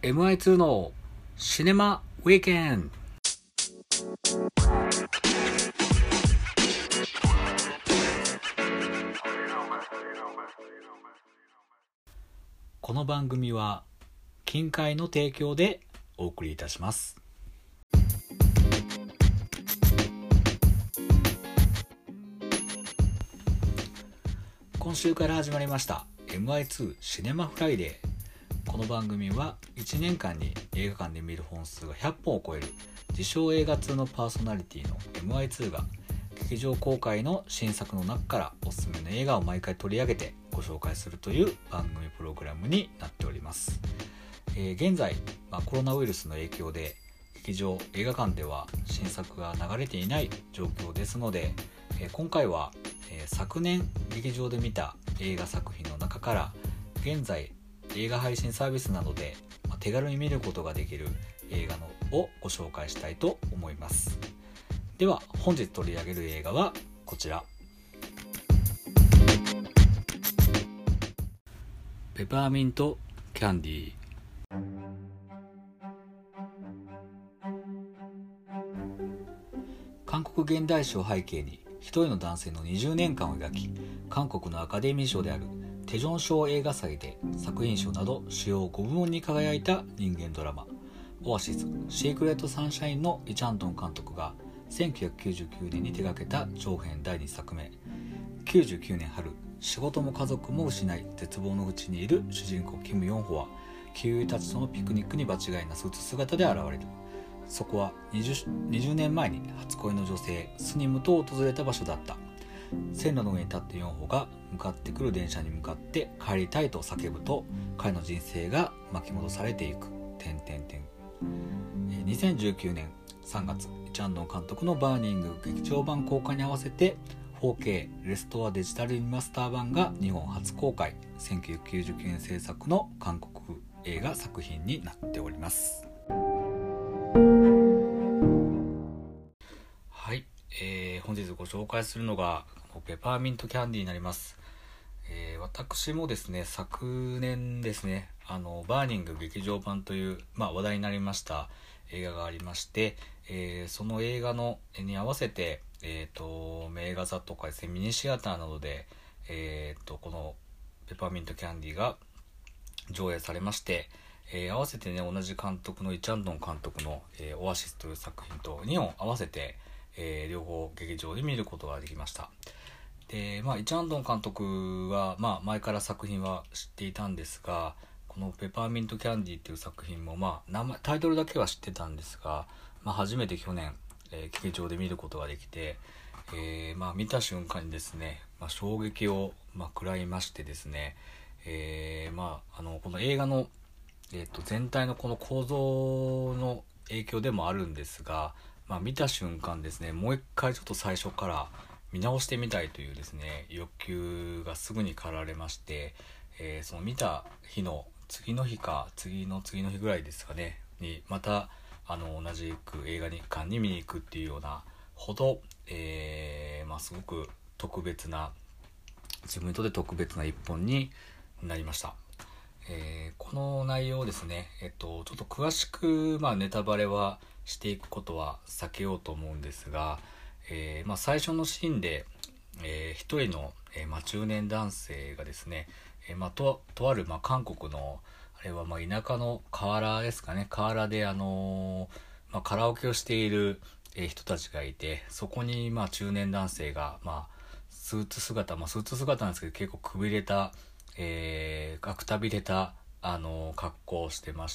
MI2 のシネマウィーケンド。この番組は金塊の提供でお送りいたします。今週から始まりました MI2 シネマフライデー。この番組は1年間に映画館で見る本数が100本を超える自称映画通のパーソナリティの MI2 が劇場公開の新作の中からおすすめの映画を毎回取り上げてご紹介するという番組プログラムになっております。現在、コロナウイルスの影響で劇場映画館では新作が流れていない状況ですので、今回は、昨年劇場で見た映画作品の中から現在映画配信サービスなどで手軽に見ることができる映画をご紹介したいと思います。では本日取り上げる映画はこちら、ペパーミントキャンディー。韓国現代史を背景に一人の男性の20年間を描き、韓国のアカデミー賞であるテジョン賞映画祭で作品賞など主要5部門に輝いた人間ドラマ、オアシスシークレットサンシャインのイ・チャンドン監督が1999年に手掛けた長編第2作目。99年春、仕事も家族も失い絶望の淵にいる主人公キム・ヨンホはキウイたちとのピクニックに場違いなスーツ姿で現れる。そこは 20年前に初恋の女性スニムと訪れた場所だった。線路の上に立ってヨンホが向かってくる電車に向かって帰りたいと叫ぶと、彼の人生が巻き戻されていく。2019年3月、イ・チャンドン監督のバーニング劇場版公開に合わせて 4K レストアデジタルリマスター版が日本初公開。1999年制作の韓国映画作品になっております。はい、本日ご紹介するのがペパーミントキャンディーになります。私もですね、昨年ですね、バーニング劇場版という、話題になりました映画がありまして、その映画のに合わせて、映画座とかですね、ミニシアターなどで、このペパーミントキャンディーが上映されまして、合わせてね、同じ監督のイ・チャンドン監督の、オアシスという作品と2本合わせて、両方劇場で見ることができました。で、イ・チャンドン監督は、前から作品は知っていたんですが、このペパーミントキャンディーっていう作品も、タイトルだけは知ってたんですが、初めて去年、劇場で見ることができて、見た瞬間にですね、衝撃を、食らいましてですね、この映画の、全体のこの構造の影響でもあるんですが、見た瞬間ですね、もう一回ちょっと最初から見直してみたいというですね、欲求がすぐに駆られまして、その見た日の次の日か次の次の日ぐらいですかねにまた同じく映画館に見に行くっていうようなほど、すごく特別な、自分にとって特別な一本になりました。この内容ですね、ちょっと詳しく、ネタバレはしていくことは避けようと思うんですが、最初のシーンで、一人の、中年男性がですね、とある、韓国のあれは田舎の河原ですかね、河原でカラオケをしている、人たちがいて、そこに中年男性が、スーツ姿なんですけど、結構くびれた、くたびれた格好をしてまして、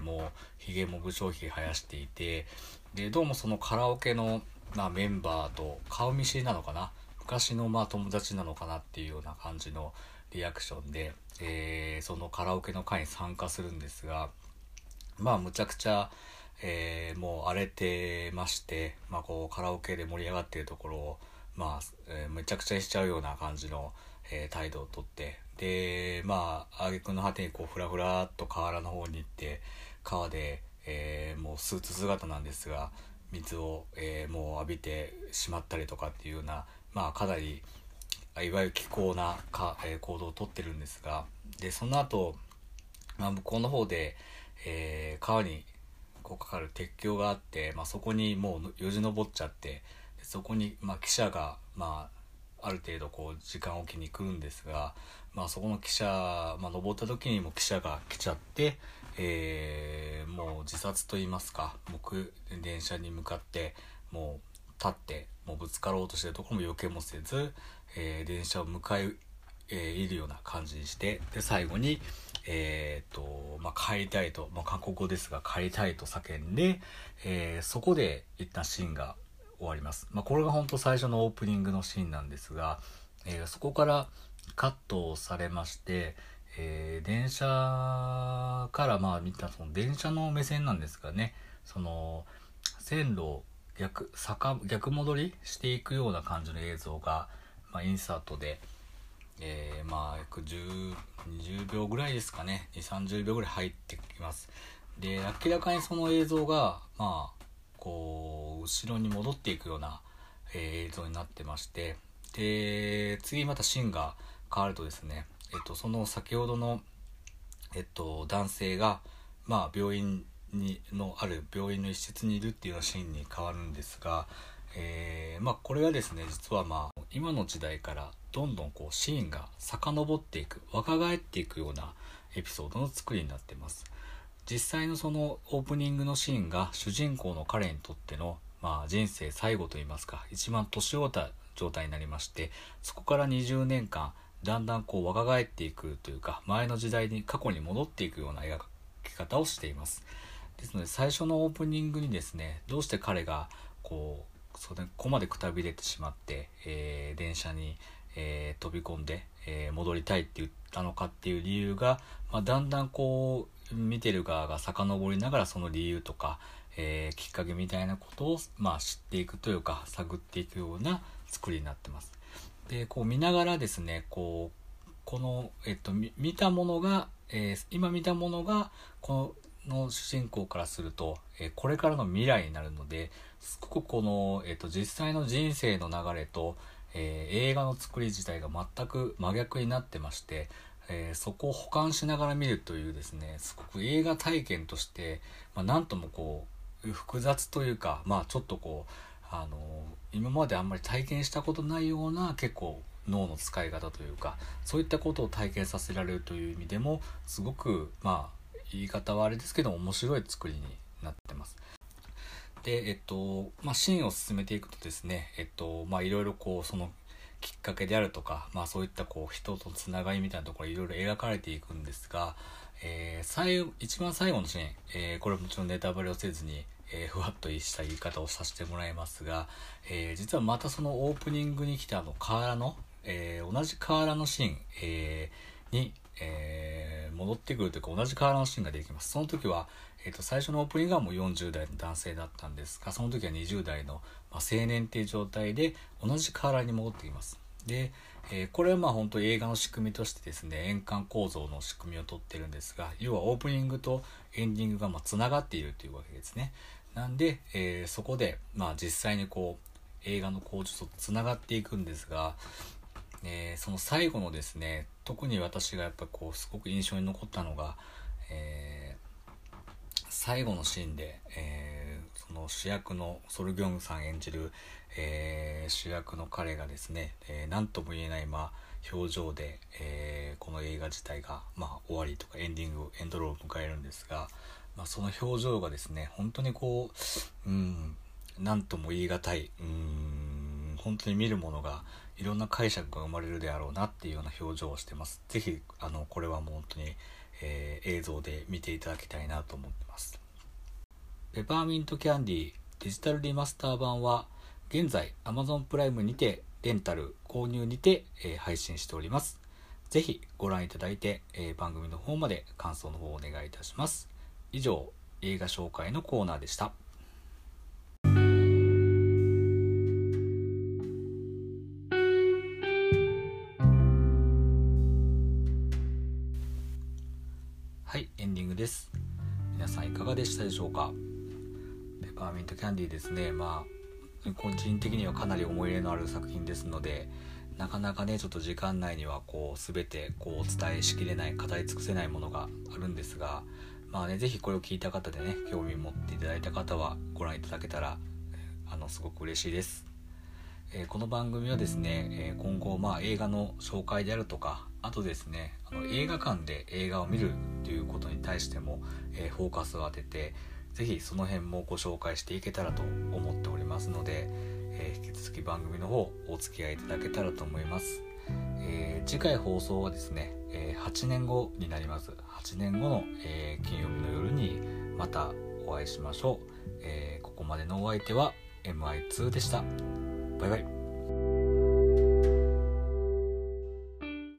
もうひげも武将髭生やしていて、でどうもそのカラオケの、メンバーと顔見知りなのかな、昔の友達なのかなっていうような感じのリアクションで、そのカラオケの会に参加するんですが、むちゃくちゃ、もう荒れてまして、こうカラオケで盛り上がっているところを、めちゃくちゃにしちゃうような感じの、態度をとって、で挙句の果てにこうフラフラっと河原の方に行って、川で、もうスーツ姿なんですが水を、もう浴びてしまったりとかっていうような、かなりいわゆる奇行な行動をとってるんですが、でその後、向こうの方で、 川にこうかかる鉄橋があって、そこにもうよじ登っちゃって、そこに汽車がある程度こう時間おきに来るんですが、そこの汽車、登った時にも汽車が来ちゃって、もう自殺と言いますか、電車に向かってもう立ってもうぶつかろうとしてるところも避けもせず、電車を迎えいるような感じにして、で最後に帰りたいと、韓国語ですが帰りたいと叫んで、そこで一旦シーンが終わります。これが本当最初のオープニングのシーンなんですが、そこからカットされまして、電車から見たその電車の目線なんですがね、その線路を逆戻りしていくような感じの映像が、インサートで、約20秒ぐらいですかね、2、30秒ぐらい入ってきます。で明らかにその映像がこう後ろに戻っていくような、映像になってまして、で次またシーンが変わるとですね、その先ほどの、男性が、病院のある病院の一室にいるっていうようなシーンに変わるんですが、これがですね、実は今の時代からどんどんこうシーンが遡っていく、若返っていくようなエピソードの作りになっています。実際のそのオープニングのシーンが主人公の彼にとっての、人生最後といいますか、一番年老いた状態になりまして、そこから20年間だんだんこう若返っていくというか、前の時代に過去に戻っていくような描き方をしています。ですので最初のオープニングにですね、どうして彼がここまでくたびれてしまって、電車に、飛び込んで、戻りたいって言ったのかっていう理由が、だんだんこう見てる側が遡りながらその理由とか、きっかけみたいなことを、知っていくというか探っていくような作りになってます。でこう見ながらですね、この、見たものが、今見たものがこの主人公からすると、これからの未来になるので、すごくこの、実際の人生の流れと、映画の作り自体が全く真逆になってまして、そこを補完しながら見るというですね、すごく映画体験として、なんともこう複雑というか、ちょっとこう今まであんまり体験したことないような結構脳の使い方というか、そういったことを体験させられるという意味でもすごく言い方はあれですけど面白い作りになってます。でシーンを進めていくとですね、いろいろこうそのきっかけであるとか、そういったこう人とのつながりみたいなところいろいろ描かれていくんですが、一番最後のシーン、これもちろんネタバレをせずに、ふわっとした言い方をさせてもらいますが、実はまたそのオープニングに来た河原の、同じ河原のシーン、に、戻ってくるというか、同じ河原のシーンができます。その時は、最初のオープニングはもう40代の男性だったんですが、その時は20代の、青年っていう状態で同じ河原に戻ってきます。で、これは本当に映画の仕組みとしてですね、円環構造の仕組みをとってるんですが、要はオープニングとエンディングがつながっているというわけですね。なんで、そこで、実際にこう映画の構図とつながっていくんですが、その最後のですね、特に私がやっぱこうすごく印象に残ったのが、最後のシーンで、その主役のソルギョンさん演じる、主役の彼がですね、何とも言えない表情で、この映画自体が終わりとかエンドロールを迎えるんですが、その表情がですね、本当にこう何とも言い難い、本当に見るものがいろんな解釈が生まれるであろうなっていうような表情をしてます。ぜひこれはもう本当に、映像で見ていただきたいなと思ってます。ペパーミントキャンディーデジタルリマスター版は現在 Amazon プライムにてレンタル購入にて、配信しております。ぜひご覧いただいて、番組の方まで感想の方をお願いいたします。以上、映画紹介のコーナーでした。はい、エンディングです。皆さんいかがでしたでしょうか。ペパーミントキャンディーですね、個人的にはかなり思い入れのある作品ですので、なかなかねちょっと時間内にはこう全てこうお伝えしきれない、語り尽くせないものがあるんですが、 ぜひこれを聞いた方でね、興味持っていただいた方はご覧いただけたらすごく嬉しいです。この番組はですね、今後映画の紹介であるとか、あとですね映画館で映画を見るということに対しても、フォーカスを当てて、ぜひその辺もご紹介していけたらと思っておりますので、引き続き番組の方お付き合いいただけたらと思います。次回放送はですね、8年後になります。8年後の、金曜日の夜にまたお会いしましょう。ここまでのお相手は MI2 でした。バイバイ。